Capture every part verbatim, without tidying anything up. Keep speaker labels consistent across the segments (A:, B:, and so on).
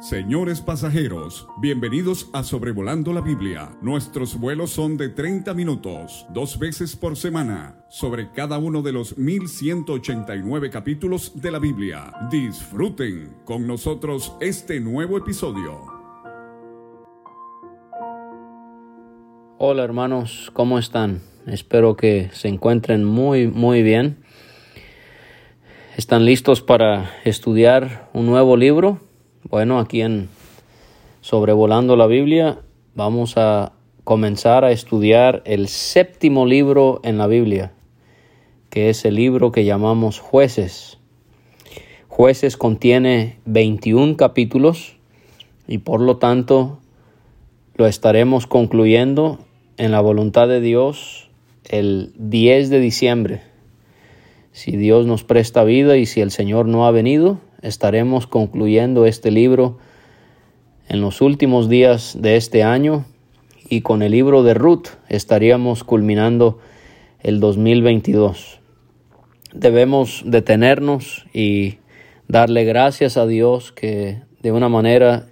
A: Señores pasajeros, bienvenidos a Sobrevolando la Biblia. Nuestros vuelos son de treinta minutos, dos veces por semana, sobre cada uno de los mil ciento ochenta y nueve capítulos de la Biblia. Disfruten con nosotros este nuevo episodio.
B: Hola hermanos, ¿cómo están? Espero que se encuentren muy, muy bien. ¿Están listos para estudiar un nuevo libro? Bueno, aquí en Sobrevolando la Biblia vamos a comenzar a estudiar el séptimo libro en la Biblia, que es el libro que llamamos Jueces. Jueces contiene veintiún capítulos y por lo tanto lo estaremos concluyendo en la voluntad de Dios el diez de diciembre. Si Dios nos presta vida y si el Señor no ha venido, estaremos concluyendo este libro en los últimos días de este año y con el libro de Ruth estaríamos culminando el dos mil veintidós. Debemos detenernos y darle gracias a Dios que de una manera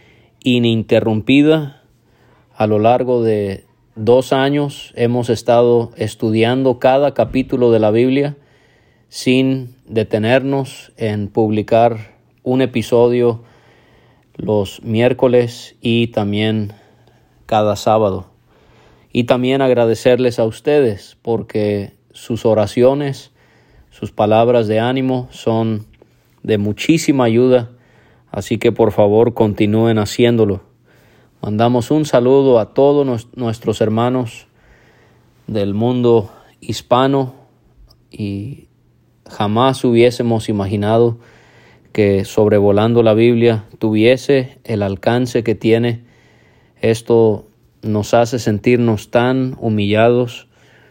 B: ininterrumpida a lo largo de dos años hemos estado estudiando cada capítulo de la Biblia sin detenernos en publicar un episodio los miércoles y también cada sábado. Y también agradecerles a ustedes porque sus oraciones, sus palabras de ánimo son de muchísima ayuda, así que por favor continúen haciéndolo. Mandamos un saludo a todos nuestros hermanos del mundo hispano y jamás hubiésemos imaginado que Sobrevolando la Biblia tuviese el alcance que tiene. Esto nos hace sentirnos tan humillados,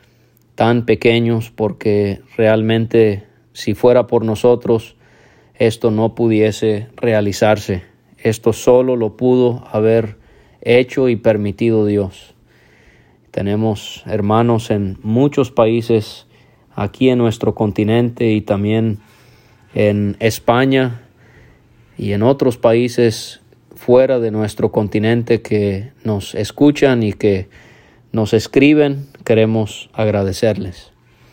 B: tan pequeños, porque realmente si fuera por nosotros, esto no pudiese realizarse. Esto solo lo pudo haber hecho y permitido Dios. Tenemos hermanos en muchos países aquí en nuestro continente y también en España y en otros países fuera de nuestro continente que nos escuchan y que nos escriben. Queremos agradecerles.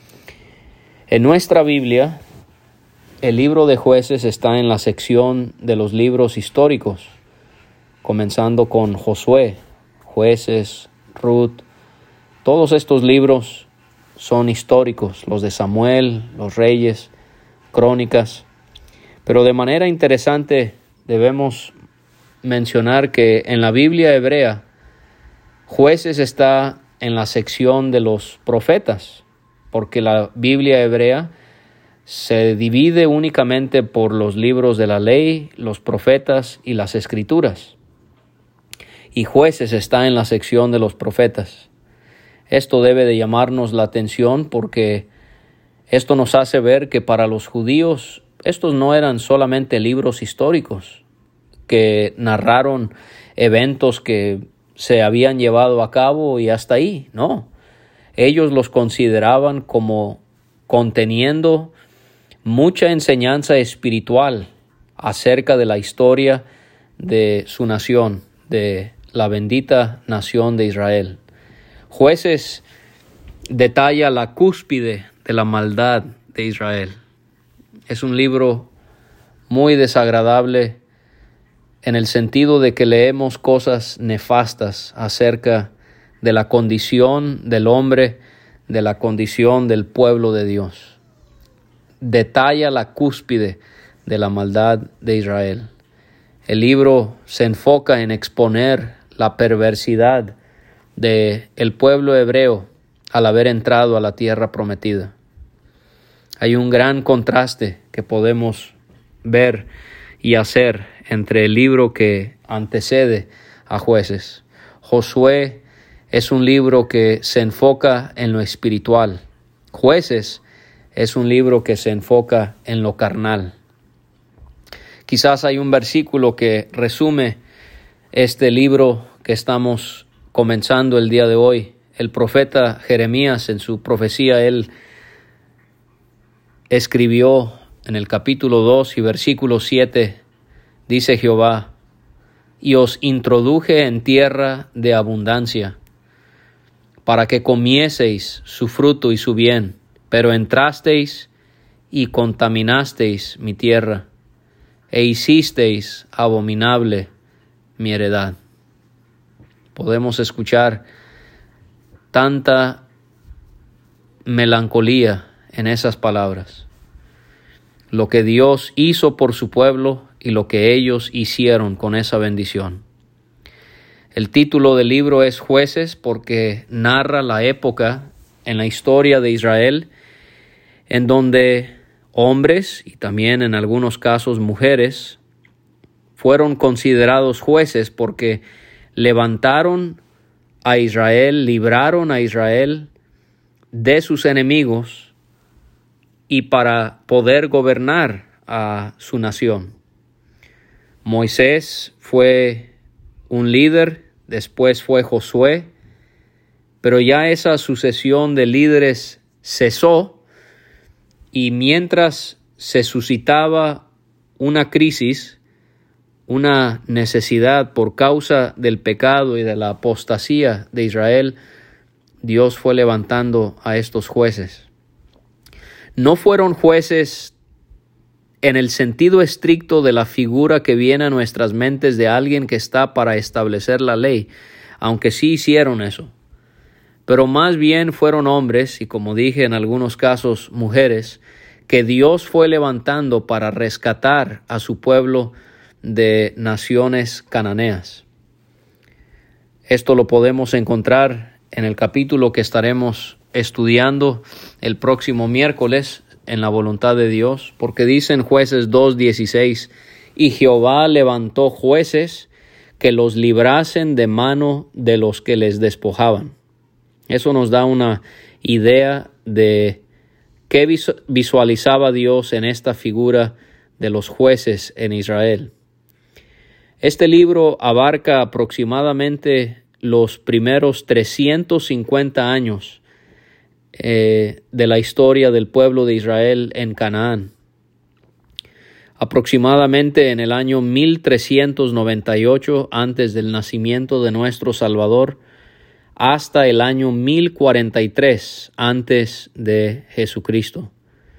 B: En nuestra Biblia, el libro de Jueces está en la sección de los libros históricos, comenzando con Josué, Jueces, Ruth. Todos estos libros son históricos, los de Samuel, los Reyes, Crónicas. Pero de manera interesante debemos mencionar que en la Biblia hebrea, Jueces está en la sección de los profetas, porque la Biblia hebrea se divide únicamente por los libros de la ley, los profetas y las escrituras. Y Jueces está en la sección de los profetas. Esto debe de llamarnos la atención porque esto nos hace ver que para los judíos estos no eran solamente libros históricos que narraron eventos que se habían llevado a cabo y hasta ahí, no. Ellos los consideraban como conteniendo mucha enseñanza espiritual acerca de la historia de su nación, de la bendita nación de Israel. Jueces detalla la cúspide de la maldad de Israel. Es un libro muy desagradable en el sentido de que leemos cosas nefastas acerca de la condición del hombre, de la condición del pueblo de Dios. Detalla la cúspide de la maldad de Israel. El libro se enfoca en exponer la perversidad de el pueblo hebreo al haber entrado a la tierra prometida. Hay un gran contraste que podemos ver y hacer entre el libro que antecede a Jueces. Josué es un libro que se enfoca en lo espiritual. Jueces es un libro que se enfoca en lo carnal. Quizás hay un versículo que resume este libro que estamos comenzando el día de hoy. El profeta Jeremías, en su profecía, él escribió en el capítulo dos y versículo siete, dice Jehová: y os introduje en tierra de abundancia, para que comieseis su fruto y su bien, pero entrasteis y contaminasteis mi tierra, e hicisteis abominable mi heredad. Podemos escuchar tanta melancolía en esas palabras. Lo que Dios hizo por su pueblo y lo que ellos hicieron con esa bendición. El título del libro es Jueces porque narra la época en la historia de Israel en donde hombres y también en algunos casos mujeres fueron considerados jueces porque levantaron a Israel, libraron a Israel de sus enemigos y para poder gobernar a su nación. Moisés fue un líder, después fue Josué, pero ya esa sucesión de líderes cesó y mientras se suscitaba una crisis, una necesidad por causa del pecado y de la apostasía de Israel, Dios fue levantando a estos jueces. No fueron jueces en el sentido estricto de la figura que viene a nuestras mentes de alguien que está para establecer la ley, aunque sí hicieron eso. Pero más bien fueron hombres, y como dije en algunos casos mujeres, que Dios fue levantando para rescatar a su pueblo de naciones cananeas. Esto lo podemos encontrar en el capítulo que estaremos estudiando el próximo miércoles en la voluntad de Dios, porque dice en Jueces dos dieciséis, y Jehová levantó jueces que los librasen de mano de los que les despojaban. Eso nos da una idea de qué visualizaba Dios en esta figura de los jueces en Israel. Este libro abarca aproximadamente los primeros trescientos cincuenta años eh, de la historia del pueblo de Israel en Canaán. Aproximadamente en el año mil trescientos noventa y ocho, antes del nacimiento de nuestro Salvador, hasta el año mil cuarenta y tres, antes de Jesucristo.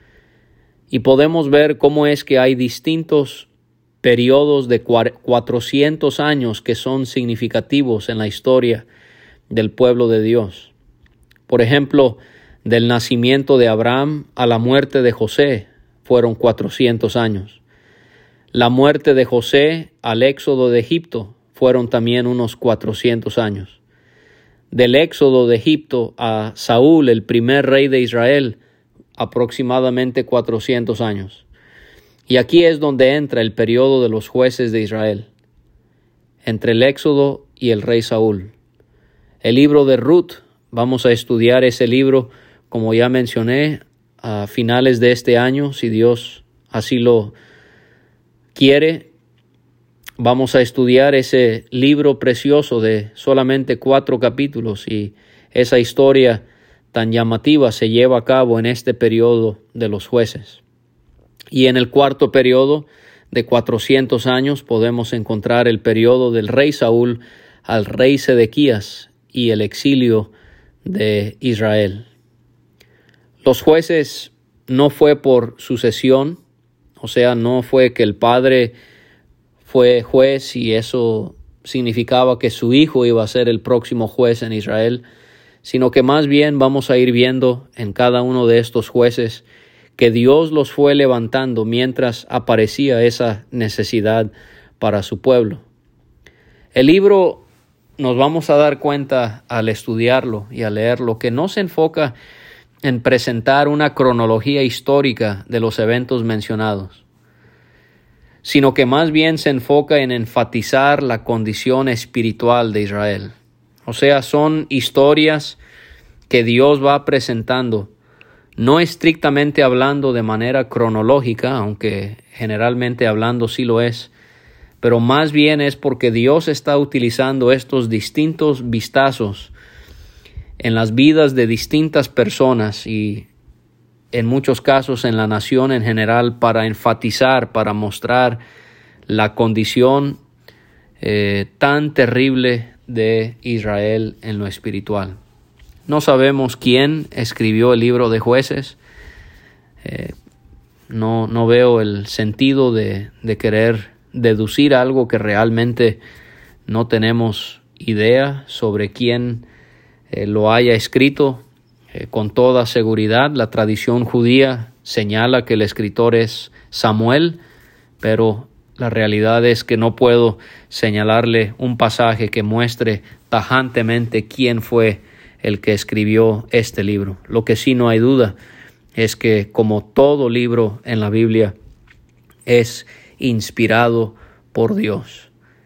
B: Y podemos ver cómo es que hay distintos periodos de cuatrocientos años que son significativos en la historia del pueblo de Dios. Por ejemplo, del nacimiento de Abraham a la muerte de José fueron cuatrocientos años. La muerte de José al éxodo de Egipto fueron también unos cuatrocientos años. Del éxodo de Egipto a Saúl, el primer rey de Israel, aproximadamente cuatrocientos años. Y aquí es donde entra el periodo de los jueces de Israel, entre el éxodo y el rey Saúl. El libro de Ruth, vamos a estudiar ese libro, como ya mencioné, a finales de este año, si Dios así lo quiere. Vamos a estudiar ese libro precioso de solamente cuatro capítulos y esa historia tan llamativa se lleva a cabo en este periodo de los jueces. Y en el cuarto periodo de cuatrocientos años podemos encontrar el periodo del rey Saúl al rey Sedequías y el exilio de Israel. Los jueces no fue por sucesión, o sea, no fue que el padre fue juez y eso significaba que su hijo iba a ser el próximo juez en Israel, sino que más bien vamos a ir viendo en cada uno de estos jueces que Dios los fue levantando mientras aparecía esa necesidad para su pueblo. El libro, nos vamos a dar cuenta al estudiarlo y a leerlo, que no se enfoca en presentar una cronología histórica de los eventos mencionados, sino que más bien se enfoca en enfatizar la condición espiritual de Israel. O sea, son historias que Dios va presentando, no estrictamente hablando de manera cronológica, aunque generalmente hablando sí lo es, pero más bien es porque Dios está utilizando estos distintos vistazos en las vidas de distintas personas y en muchos casos en la nación en general para enfatizar, para mostrar la condición eh, tan terrible de Israel en lo espiritual. No sabemos quién escribió el libro de Jueces. Eh, no, no veo el sentido de, de querer deducir algo que realmente no tenemos idea sobre quién eh, lo haya escrito. Eh, con toda seguridad, la tradición judía señala que el escritor es Samuel, pero la realidad es que no puedo señalarle un pasaje que muestre tajantemente quién fue el que escribió este libro. Lo que sí no hay duda es que, como todo libro en la Biblia, es inspirado por Dios.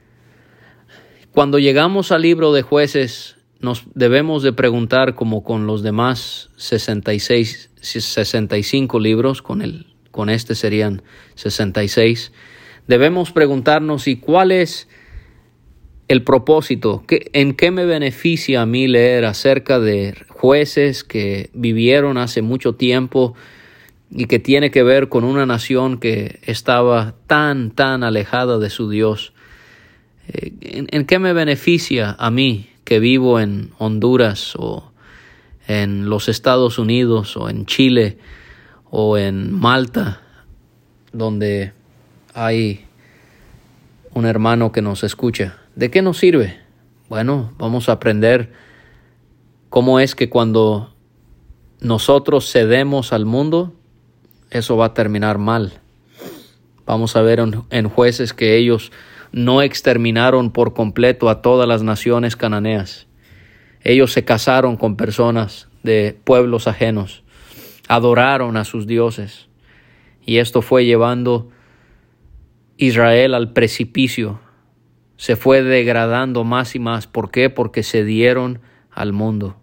B: Cuando llegamos al libro de Jueces, nos debemos de preguntar, como con los demás sesenta y seis, sesenta y cinco libros, con, el, con este serían sesenta y seis, debemos preguntarnos, ¿y cuál es el propósito? ¿Qué, ¿En qué me beneficia a mí leer acerca de jueces que vivieron hace mucho tiempo y que tiene que ver con una nación que estaba tan, tan alejada de su Dios? ¿En, en qué me beneficia a mí, que vivo en Honduras o en los Estados Unidos o en Chile o en Malta, donde hay un hermano que nos escucha? ¿De qué nos sirve? Bueno, vamos a aprender cómo es que cuando nosotros cedemos al mundo, eso va a terminar mal. Vamos a ver en, en Jueces que ellos no exterminaron por completo a todas las naciones cananeas. Ellos se casaron con personas de pueblos ajenos, adoraron a sus dioses, y esto fue llevando Israel al precipicio. Se fue degradando más y más. ¿Por qué? Porque se dieron al mundo.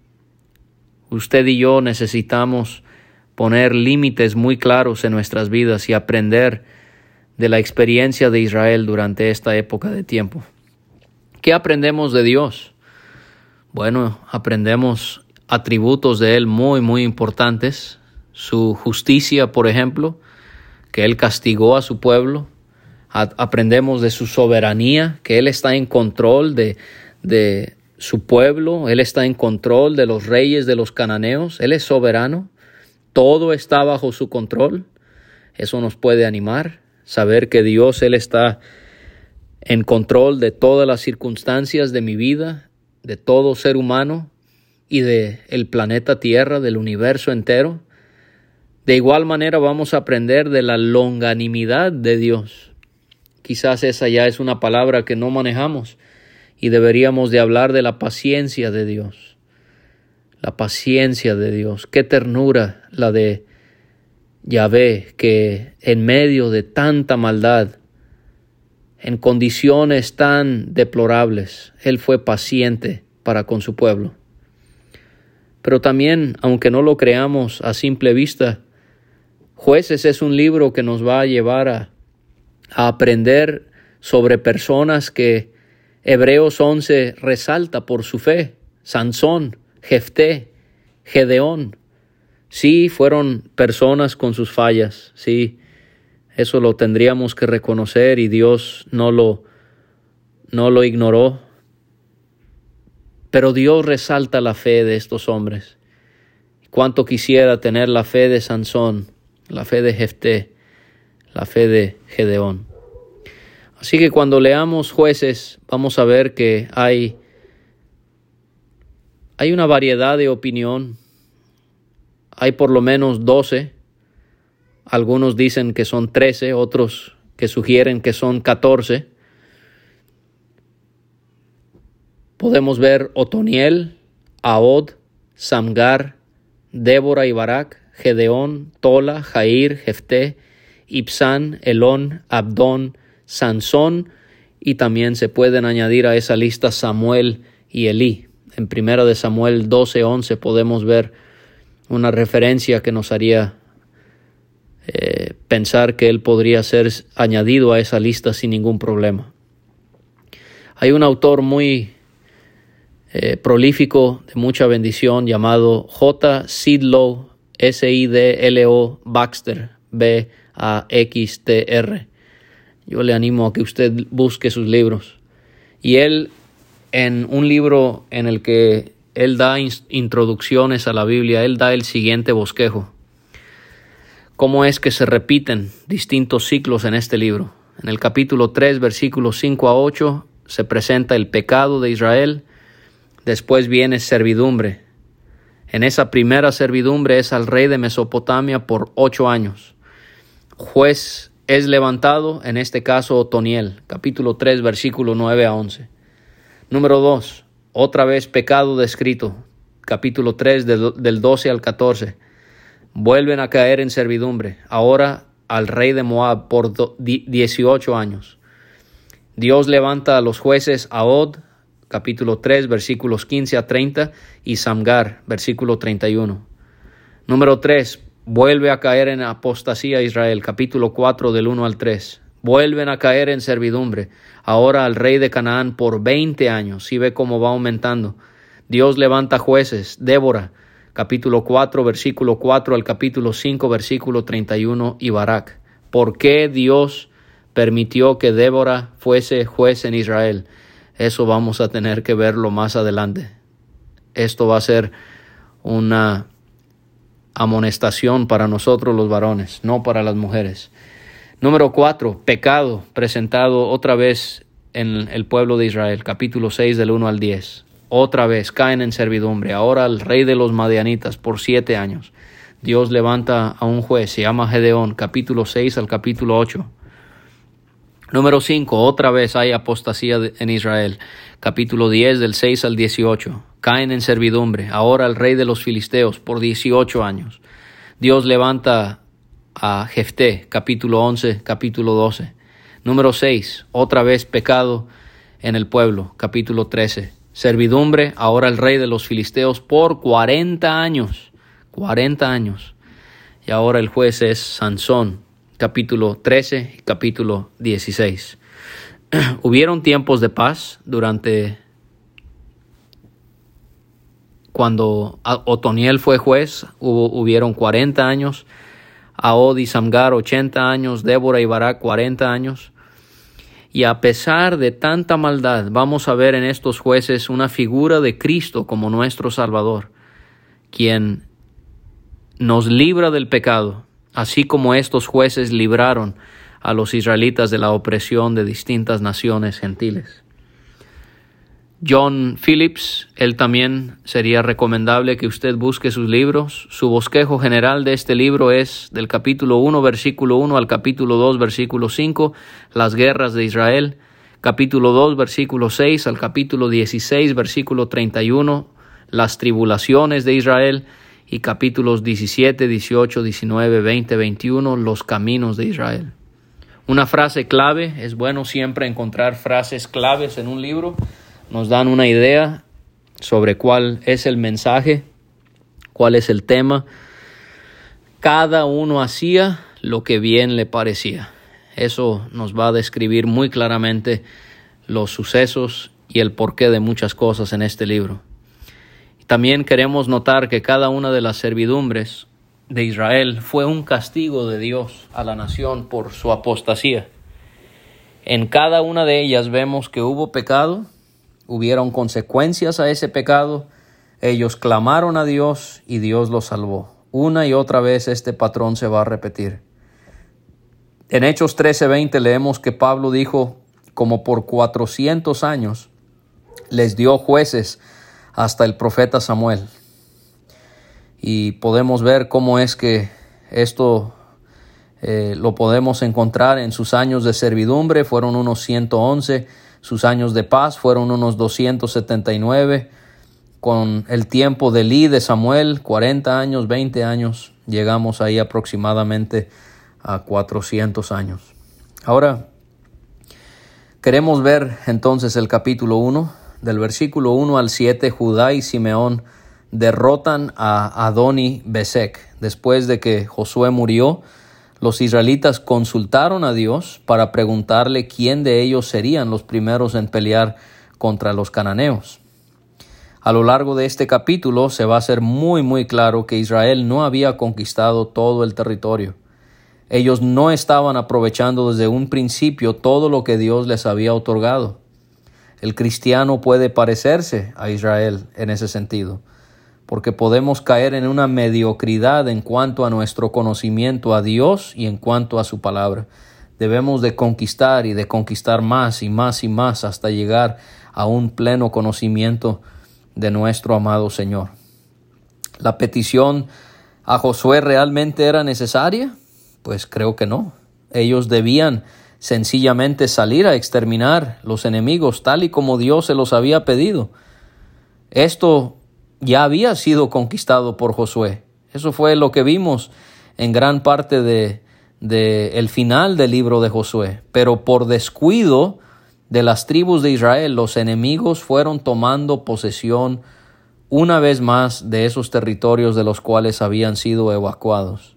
B: Usted y yo necesitamos poner límites muy claros en nuestras vidas y aprender de la experiencia de Israel durante esta época de tiempo. ¿Qué aprendemos de Dios? Bueno, aprendemos atributos de Él muy, muy importantes. Su justicia, por ejemplo, que Él castigó a su pueblo. Aprendemos de su soberanía, que Él está en control de, de su pueblo. Él está en control de los reyes de los cananeos. Él es soberano. Todo está bajo su control. Eso nos puede animar. Saber que Dios, Él está en control de todas las circunstancias de mi vida, de todo ser humano y de el planeta Tierra, del universo entero. De igual manera vamos a aprender de la longanimidad de Dios. Quizás esa ya es una palabra que no manejamos y deberíamos de hablar de la paciencia de Dios. La paciencia de Dios. Qué ternura la de Yahvé, que en medio de tanta maldad, en condiciones tan deplorables, Él fue paciente para con su pueblo. Pero también, aunque no lo creamos a simple vista, Jueces es un libro que nos va a llevar a a aprender sobre personas que Hebreos once resalta por su fe. Sansón, Jefté, Gedeón. Sí, fueron personas con sus fallas. Sí, eso lo tendríamos que reconocer y Dios no lo, no lo ignoró. Pero Dios resalta la fe de estos hombres. Cuánto quisiera tener la fe de Sansón, la fe de Jefté, la fe de Gedeón. Así que cuando leamos Jueces, vamos a ver que hay, hay una variedad de opinión. Hay por lo menos doce. Algunos dicen que son trece, otros que sugieren que son catorce. Podemos ver Otoniel, Ahod, Samgar, Débora y Barak, Gedeón, Tola, Jair, Jefté, Ibsán, Elón, Abdón, Sansón, y también se pueden añadir a esa lista Samuel y Elí. En primera de Samuel doce once podemos ver una referencia que nos haría eh, pensar que él podría ser añadido a esa lista sin ningún problema. Hay un autor muy eh, prolífico, de mucha bendición, llamado J. Sidlow, S I D L O Baxter, B A X T R. Yo le animo a que usted busque sus libros. Y él, en un libro en el que él da introducciones a la Biblia, él da el siguiente bosquejo. ¿Cómo es que se repiten distintos ciclos en este libro? En el capítulo tres, versículos cinco a ocho, se presenta el pecado de Israel. Después viene servidumbre. En esa primera servidumbre es al rey de Mesopotamia por ocho años. Juez es levantado, en este caso Otoniel, capítulo tres, versículo nueve a once. Número dos, otra vez pecado descrito, capítulo tres, de, del doce al catorce. Vuelven a caer en servidumbre, ahora al rey de Moab por dieciocho años. Dios levanta a los jueces Ahod, capítulo tres, versículos quince a treinta, y Samgar, versículo treinta y uno. Número tres, vuelve a caer en apostasía Israel, capítulo cuatro, del uno al tres. Vuelven a caer en servidumbre, ahora al rey de Canaán por veinte años. Si ve cómo va aumentando. Dios levanta jueces, Débora, capítulo cuatro, versículo cuatro al capítulo cinco, versículo treinta y uno, y Barak. ¿Por qué Dios permitió que Débora fuese juez en Israel? Eso vamos a tener que verlo más adelante. Esto va a ser una amonestación para nosotros los varones, no para las mujeres. Número cuatro, pecado presentado otra vez en el pueblo de Israel, capítulo seis del uno al diez. Otra vez caen en servidumbre, ahora al rey de los madianitas por siete años. Dios levanta a un juez, se llama Gedeón, capítulo seis al capítulo ocho. Número cinco, otra vez hay apostasía en Israel, capítulo diez del seis al dieciocho. Caen en servidumbre, ahora al rey de los filisteos por dieciocho años. Dios levanta a Jefté, capítulo once, capítulo doce. Número seis, otra vez pecado en el pueblo, capítulo trece. Servidumbre, ahora el rey de los filisteos por cuarenta años. cuarenta años. Y ahora el juez es Sansón, capítulo trece y capítulo dieciséis. Hubieron tiempos de paz durante cuando Otoniel fue juez, hubo, hubieron cuarenta años. Ahod y Samgar ochenta años, Débora y Barak cuarenta años. Y a pesar de tanta maldad, vamos a ver en estos jueces una figura de Cristo como nuestro Salvador, quien nos libra del pecado, así como estos jueces libraron a los israelitas de la opresión de distintas naciones gentiles. John Phillips, él también sería recomendable que usted busque sus libros. Su bosquejo general de este libro es del capítulo uno, versículo uno al capítulo dos, versículo cinco, las guerras de Israel, capítulo dos, versículo seis al capítulo dieciséis, versículo treinta y uno, las tribulaciones de Israel, y capítulos diecisiete, dieciocho, diecinueve, veinte, veintiuno, los caminos de Israel. Una frase clave, es bueno siempre encontrar frases claves en un libro. Nos dan una idea sobre cuál es el mensaje, cuál es el tema. Cada uno hacía lo que bien le parecía. Eso nos va a describir muy claramente los sucesos y el porqué de muchas cosas en este libro. También queremos notar que cada una de las servidumbres de Israel fue un castigo de Dios a la nación por su apostasía. En cada una de ellas vemos que hubo pecado, hubieron consecuencias a ese pecado, ellos clamaron a Dios y Dios los salvó. Una y otra vez este patrón se va a repetir. En Hechos trece veinte leemos que Pablo dijo, como por cuatrocientos años les dio jueces hasta el profeta Samuel. Y podemos ver cómo es que esto eh, lo podemos encontrar en sus años de servidumbre, fueron unos ciento once. Sus años de paz fueron unos doscientos setenta y nueve. Con el tiempo de Elí, de Samuel, cuarenta años, veinte años, llegamos ahí aproximadamente a cuatrocientos años. Ahora, queremos ver entonces el capítulo uno, del versículo uno al siete. Judá y Simeón derrotan a Adoni Besec. Después de que Josué murió, los israelitas consultaron a Dios para preguntarle quién de ellos serían los primeros en pelear contra los cananeos. A lo largo de este capítulo se va a hacer muy muy claro que Israel no había conquistado todo el territorio. Ellos no estaban aprovechando desde un principio todo lo que Dios les había otorgado. El cristiano puede parecerse a Israel en ese sentido, porque podemos caer en una mediocridad en cuanto a nuestro conocimiento a Dios y en cuanto a su palabra. Debemos de conquistar y de conquistar más y más y más hasta llegar a un pleno conocimiento de nuestro amado Señor. ¿La petición a Josué realmente era necesaria? Pues creo que no. Ellos debían sencillamente salir a exterminar los enemigos tal y como Dios se los había pedido. Esto ya había sido conquistado por Josué. Eso fue lo que vimos en gran parte de, de el final del libro de Josué. Pero por descuido de las tribus de Israel, los enemigos fueron tomando posesión una vez más de esos territorios de los cuales habían sido evacuados.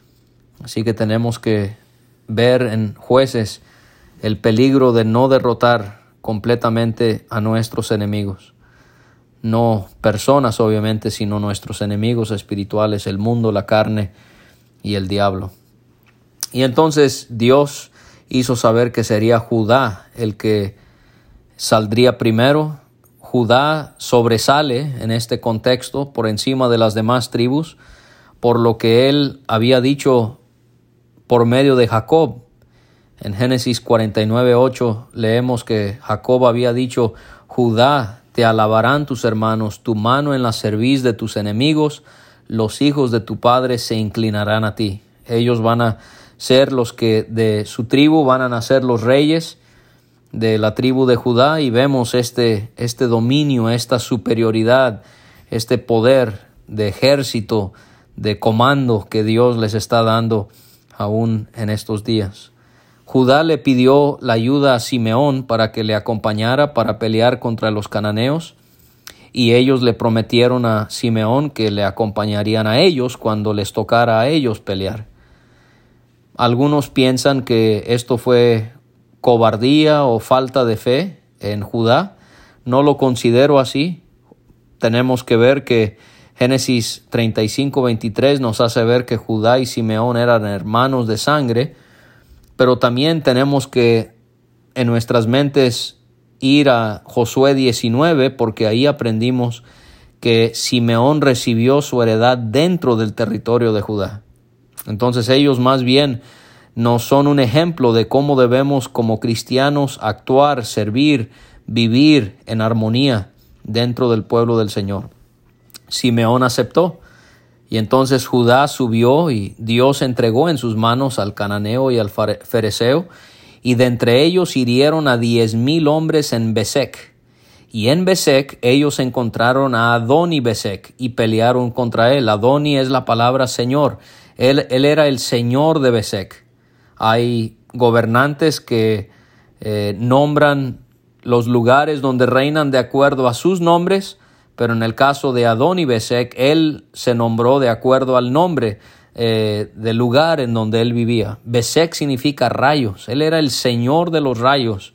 B: Así que tenemos que ver en Jueces el peligro de no derrotar completamente a nuestros enemigos. No personas, obviamente, sino nuestros enemigos espirituales, el mundo, la carne y el diablo. Y entonces Dios hizo saber que sería Judá el que saldría primero. Judá sobresale en este contexto por encima de las demás tribus, por lo que él había dicho por medio de Jacob. En Génesis cuarenta y nueve, ocho leemos que Jacob había dicho: Judá, te alabarán tus hermanos, tu mano en la cerviz de tus enemigos, los hijos de tu padre se inclinarán a ti. Ellos van a ser los que de su tribu van a nacer los reyes de la tribu de Judá, y vemos este, este dominio, esta superioridad, este poder de ejército, de comando que Dios les está dando aún en estos días. Judá le pidió la ayuda a Simeón para que le acompañara para pelear contra los cananeos, y ellos le prometieron a Simeón que le acompañarían a ellos cuando les tocara a ellos pelear. Algunos piensan que esto fue cobardía o falta de fe en Judá. No lo considero así. Tenemos que ver que Génesis treinta y cinco, veintitrés nos hace ver que Judá y Simeón eran hermanos de sangre, pero también tenemos que en nuestras mentes ir a Josué diecinueve, porque ahí aprendimos que Simeón recibió su heredad dentro del territorio de Judá. Entonces ellos más bien nos son un ejemplo de cómo debemos como cristianos actuar, servir, vivir en armonía dentro del pueblo del Señor. Simeón aceptó, y entonces Judá subió y Dios entregó en sus manos al cananeo y al fereceo, y de entre ellos hirieron a diez mil hombres en Besec. Y en Besec ellos encontraron a Adoni Besec y pelearon contra él. Adoni es la palabra Señor. Él, él era el Señor de Besec. Hay gobernantes que eh, nombran los lugares donde reinan de acuerdo a sus nombres, pero en el caso de Adoni Besec, él se nombró de acuerdo al nombre eh, del lugar en donde él vivía. Besec significa rayos. Él era el Señor de los rayos.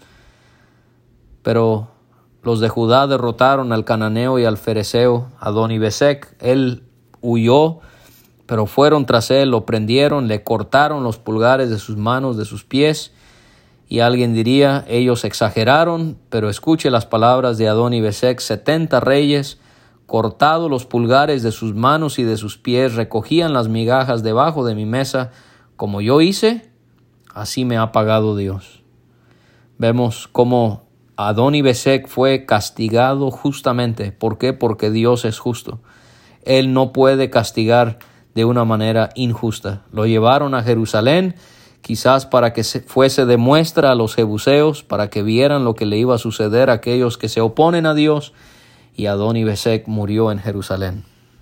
B: Pero los de Judá derrotaron al cananeo y al fereceo Adoni Besec. Él huyó, pero fueron tras él, lo prendieron, le cortaron los pulgares de sus manos, de sus pies. Y alguien diría, ellos exageraron, pero escuche las palabras de Adoni Besec: setenta reyes, cortado los pulgares de sus manos y de sus pies, recogían las migajas debajo de mi mesa. Como yo hice, así me ha pagado Dios. Vemos cómo Adoni Besec fue castigado justamente. ¿Por qué? Porque Dios es justo. Él no puede castigar de una manera injusta. Lo llevaron a Jerusalén, quizás para que fuese de muestra a los jebuseos, para que vieran lo que le iba a suceder a aquellos que se oponen a Dios, y Adoni Besec murió en Jerusalén.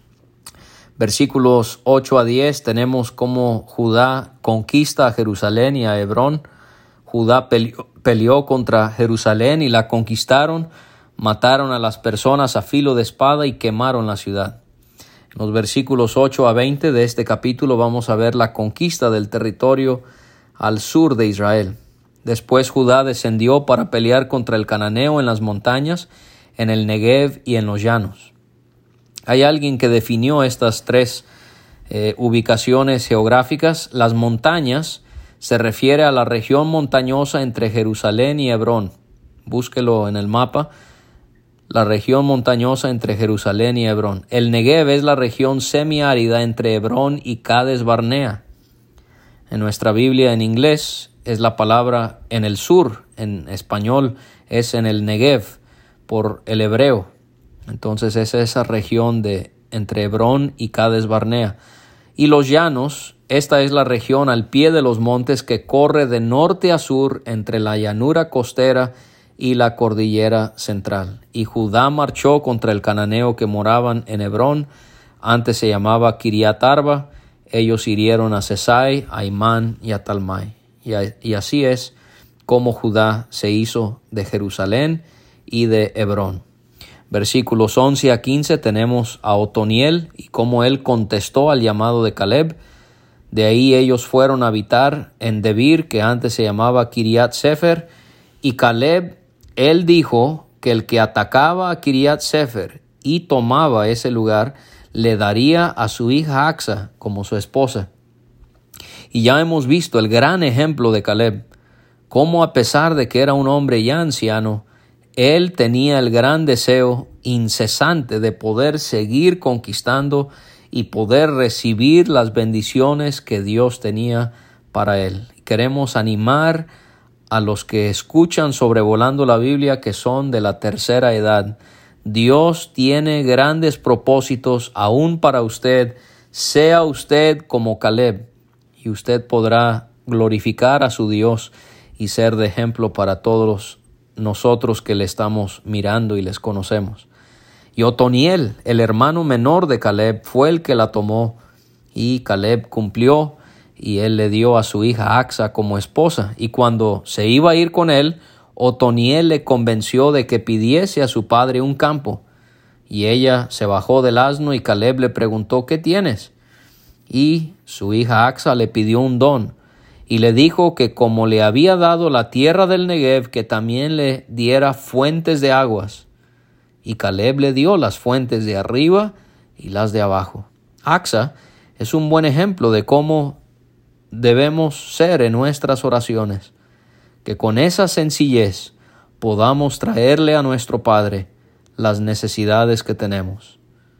B: Versículos ocho a diez tenemos cómo Judá conquista a Jerusalén y a Hebrón. Judá peleó, peleó contra Jerusalén y la conquistaron, mataron a las personas a filo de espada y quemaron la ciudad. En los versículos ocho a veinte de este capítulo vamos a ver la conquista del territorio al sur de Israel. Después Judá descendió para pelear contra el cananeo en las montañas, en el Negev y en los llanos. Hay alguien que definió estas tres eh, ubicaciones geográficas. Las montañas se refiere a la región montañosa entre Jerusalén y Hebrón. búsquelo en el mapa, la región montañosa entre Jerusalén y Hebrón. El Negev es la región semiárida entre Hebrón y Cades Barnea. En nuestra Biblia en inglés es la palabra en el sur, en español es en el Negev por el hebreo. Entonces es esa región de entre Hebrón y Cades Barnea. Y los llanos, esta es la región al pie de los montes que corre de norte a sur entre la llanura costera y la cordillera central. Y Judá marchó contra el cananeo que moraban en Hebrón, antes se llamaba Kiriat Arba. Ellos hirieron a Sesai, a Imán y a Talmai. Y, a, y así es como Judá se hizo de Jerusalén y de Hebrón. Versículos once a quince tenemos a Otoniel y cómo él contestó al llamado de Caleb. De ahí ellos fueron a habitar en Debir, que antes se llamaba Kiriat Sefer, y Caleb, él dijo que el que atacaba a Kiriat Sefer y tomaba ese lugar, le daría a su hija Axa como su esposa. Y ya hemos visto el gran ejemplo de Caleb, cómo a pesar de que era un hombre ya anciano, él tenía el gran deseo incesante de poder seguir conquistando y poder recibir las bendiciones que Dios tenía para él. Queremos animar a los que escuchan sobrevolando la Biblia que son de la tercera edad. Dios tiene grandes propósitos aún para usted. Sea usted como Caleb y usted podrá glorificar a su Dios y ser de ejemplo para todos nosotros que le estamos mirando y les conocemos. Y Otoniel, el hermano menor de Caleb, fue el que la tomó y Caleb cumplió y él le dio a su hija Axa como esposa. Y cuando se iba a ir con él, Otoniel le convenció de que pidiese a su padre un campo. Y ella se bajó del asno y Caleb le preguntó, ¿qué tienes? Y su hija Axa le pidió un don. Y le dijo que como le había dado la tierra del Negev, que también le diera fuentes de aguas. Y Caleb le dio las fuentes de arriba y las de abajo. Axa es un buen ejemplo de cómo debemos ser en nuestras oraciones. Que con esa sencillez podamos traerle a nuestro Padre las necesidades que tenemos.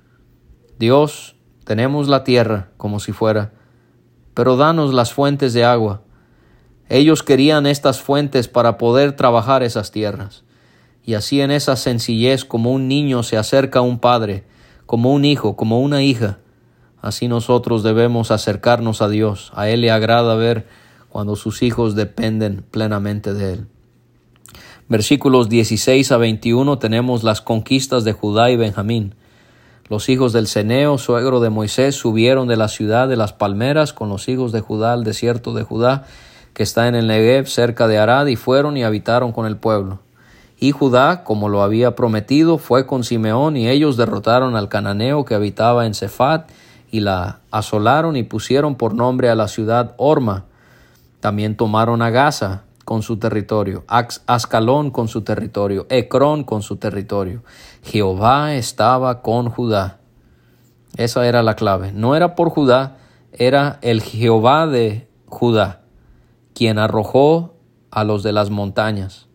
B: Dios, tenemos la tierra como si fuera, pero danos las fuentes de agua. Ellos querían estas fuentes para poder trabajar esas tierras. Y así en esa sencillez, como un niño se acerca a un padre, como un hijo, como una hija, así nosotros debemos acercarnos a Dios. A Él le agrada ver cuando sus hijos dependen plenamente de Él. Versículos dieciséis a veintiuno tenemos las conquistas de Judá y Benjamín. Los hijos del Ceneo, suegro de Moisés, subieron de la ciudad de las palmeras con los hijos de Judá al desierto de Judá, que está en el Negev, cerca de Arad, y fueron y habitaron con el pueblo. Y Judá, como lo había prometido, fue con Simeón, y ellos derrotaron al cananeo que habitaba en Sefat, y la asolaron y pusieron por nombre a la ciudad Orma. También tomaron a Gaza con su territorio, Ascalón con su territorio, Ecrón con su territorio. Jehová estaba con Judá. Esa era la clave. No era por Judá, era el Jehová de Judá, quien arrojó a los de las montañas.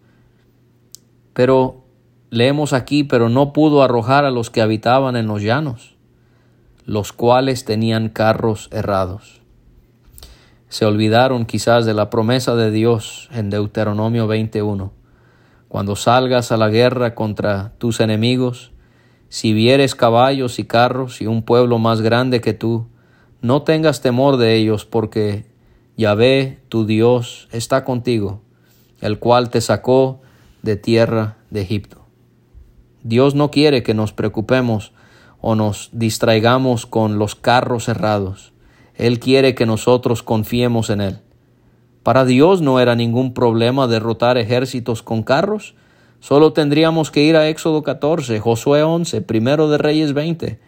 B: Pero leemos aquí, pero no pudo arrojar a los que habitaban en los llanos, los cuales tenían carros errados. Se olvidaron quizás de la promesa de Dios en Deuteronomio veintiuno. Cuando salgas a la guerra contra tus enemigos, si vieres caballos y carros y un pueblo más grande que tú, no tengas temor de ellos, porque Yahvé, tu Dios, está contigo, el cual te sacó de tierra de Egipto. Dios no quiere que nos preocupemos o nos distraigamos con los carros errados. Él quiere que nosotros confiemos en Él. Para Dios no era ningún problema derrotar ejércitos con carros. Solo tendríamos que ir a Éxodo catorce, Josué once, Primero de Reyes veinte.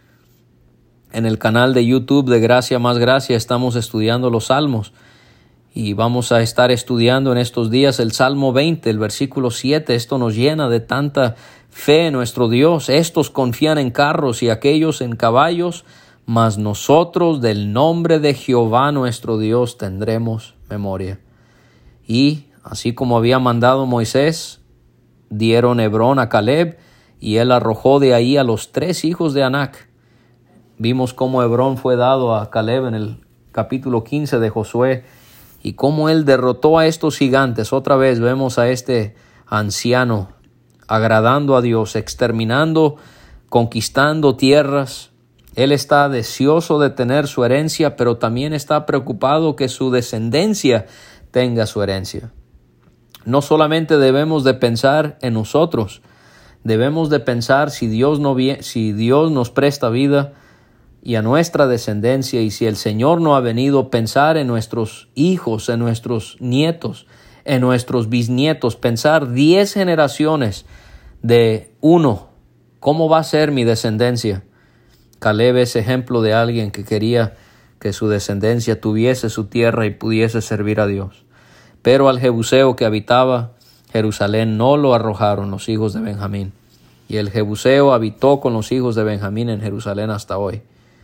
B: En el canal de YouTube de Gracia Más Gracia estamos estudiando los Salmos. Y vamos a estar estudiando en estos días el Salmo veinte, el versículo siete. Esto nos llena de tanta fe en nuestro Dios. Estos confían en carros y aquellos en caballos, mas nosotros del nombre de Jehová nuestro Dios tendremos memoria. Y así como había mandado Moisés, dieron Hebrón a Caleb y él arrojó de ahí a los tres hijos de Anac. Vimos cómo Hebrón fue dado a Caleb en el capítulo quince de Josué y cómo él derrotó a estos gigantes. Otra vez vemos a este anciano agradando a Dios, exterminando, conquistando tierras. Él está deseoso de tener su herencia, pero también está preocupado que su descendencia tenga su herencia. No solamente debemos de pensar en nosotros, debemos de pensar si Dios, no vie- si Dios nos presta vida y a nuestra descendencia, y si el Señor no ha venido, pensar en nuestros hijos, en nuestros nietos, en nuestros bisnietos, pensar diez generaciones de uno. ¿Cómo va a ser mi descendencia? Caleb es ejemplo de alguien que quería que su descendencia tuviese su tierra y pudiese servir a Dios. Pero al jebuseo que habitaba Jerusalén no lo arrojaron los hijos de Benjamín. Y el jebuseo habitó con los hijos de Benjamín en Jerusalén hasta hoy.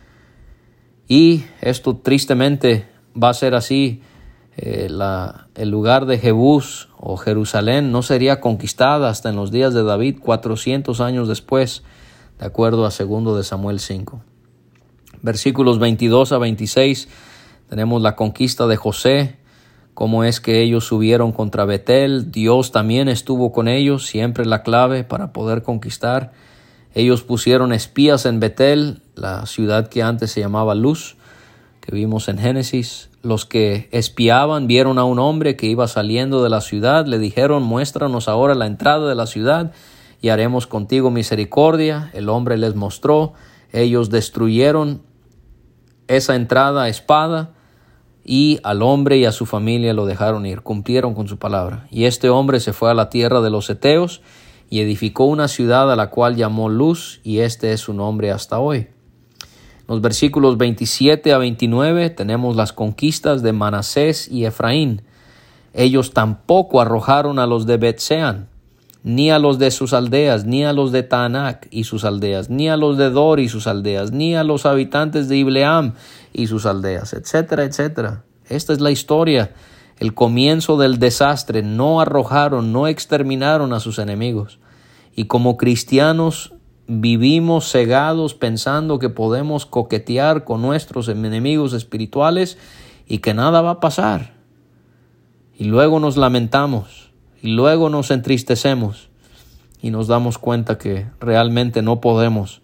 B: Y esto tristemente va a ser así. Eh, la, el lugar de Jebús o Jerusalén no sería conquistada hasta en los días de David, cuatrocientos años después, de acuerdo a segundo de Samuel cinco. Versículos veintidós a veintiséis, tenemos la conquista de José, cómo es que ellos subieron contra Betel. Dios también estuvo con ellos, siempre la clave para poder conquistar. Ellos pusieron espías en Betel, la ciudad que antes se llamaba Luz, que vimos en Génesis. Los que espiaban vieron a un hombre que iba saliendo de la ciudad, le dijeron: muéstranos ahora la entrada de la ciudad y haremos contigo misericordia. El hombre les mostró, ellos destruyeron esa entrada a espada y al hombre y a su familia lo dejaron ir, cumplieron con su palabra. Y este hombre se fue a la tierra de los heteos y edificó una ciudad a la cual llamó Luz, y este es su nombre hasta hoy. Los versículos veintisiete a veintinueve tenemos las conquistas de Manasés y Efraín. Ellos tampoco arrojaron a los de Bet-Sean, ni a los de sus aldeas, ni a los de Taanac y sus aldeas, ni a los de Dor y sus aldeas, ni a los habitantes de Ibleam y sus aldeas, etcétera, etcétera. Esta es la historia, el comienzo del desastre. No arrojaron, no exterminaron a sus enemigos. Y como cristianos vivimos cegados pensando que podemos coquetear con nuestros enemigos espirituales y que nada va a pasar. Y luego nos lamentamos y luego nos entristecemos y nos damos cuenta que realmente no podemos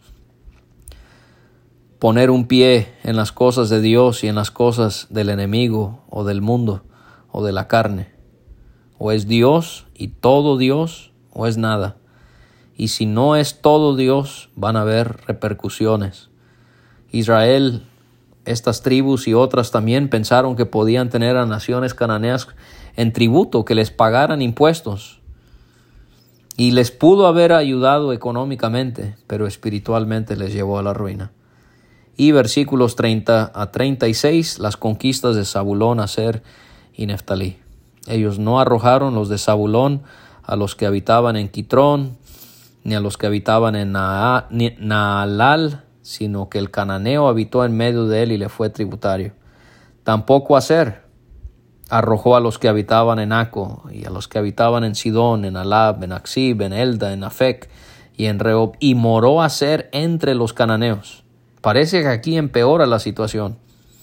B: poner un pie en las cosas de Dios y en las cosas del enemigo o del mundo o de la carne. O es Dios y todo Dios, o es nada. Y si no es todo Dios, van a haber repercusiones. Israel, estas tribus y otras también pensaron que podían tener a naciones cananeas en tributo, que les pagaran impuestos. Y les pudo haber ayudado económicamente, pero espiritualmente les llevó a la ruina. Y versículos treinta a treinta y seis, las conquistas de Zabulón, Aser y Neftalí. Ellos no arrojaron los de Zabulón a los que habitaban en Quitrón, ni a los que habitaban en Naalal, sino que el cananeo habitó en medio de él y le fue tributario. Tampoco Aser arrojó a los que habitaban en Aco, y a los que habitaban en Sidón, en Alab, en Aksib, en Elda, en Afec y en Rehob, y moró Aser entre los cananeos. Parece que aquí empeora la situación.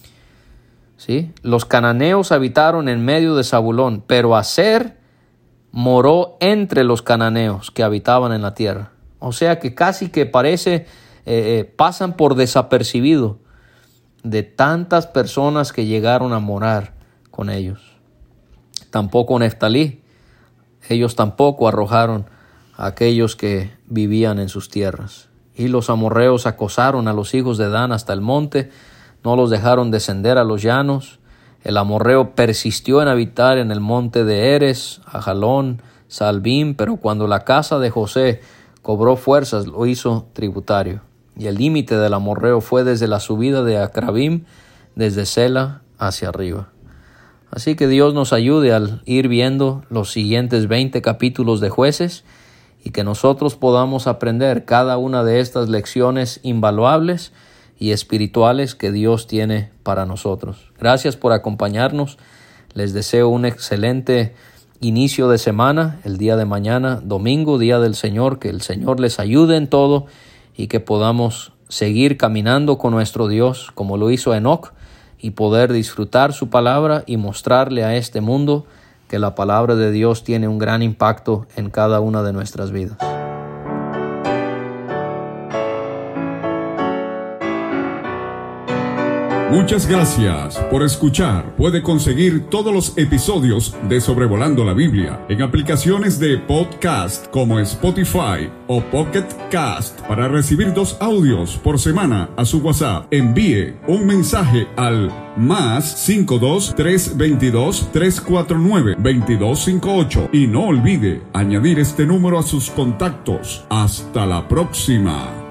B: ¿Sí? Los cananeos habitaron en medio de Zabulón, pero Aser moró entre los cananeos que habitaban en la tierra. O sea que casi que parece, eh, eh, pasan por desapercibido de tantas personas que llegaron a morar con ellos. Tampoco Neftalí, ellos tampoco arrojaron a aquellos que vivían en sus tierras. Y los amorreos acosaron a los hijos de Dan hasta el monte, no los dejaron descender a los llanos. El amorreo persistió en habitar en el monte de Eres, Ajalón, Salbim, pero cuando la casa de José cobró fuerzas, lo hizo tributario. Y el límite del amorreo fue desde la subida de Acrabim, desde Sela hacia arriba. Así que Dios nos ayude al ir viendo los siguientes veinte capítulos de Jueces, y que nosotros podamos aprender cada una de estas lecciones invaluables y espirituales que Dios tiene para nosotros. Gracias por acompañarnos. Les deseo un excelente inicio de semana, el día de mañana, domingo, día del Señor, que el Señor les ayude en todo y que podamos seguir caminando con nuestro Dios como lo hizo Enoc y poder disfrutar su palabra y mostrarle a este mundo que la palabra de Dios tiene un gran impacto en cada una de nuestras vidas.
A: Muchas gracias por escuchar. Puede conseguir todos los episodios de Sobrevolando la Biblia en aplicaciones de podcast como Spotify o Pocket Cast. Para recibir dos audios por semana a su WhatsApp, envíe un mensaje al más cinco dos tres dos dos tres cuatro nueve dos dos cinco ocho y no olvide añadir este número a sus contactos. Hasta la próxima.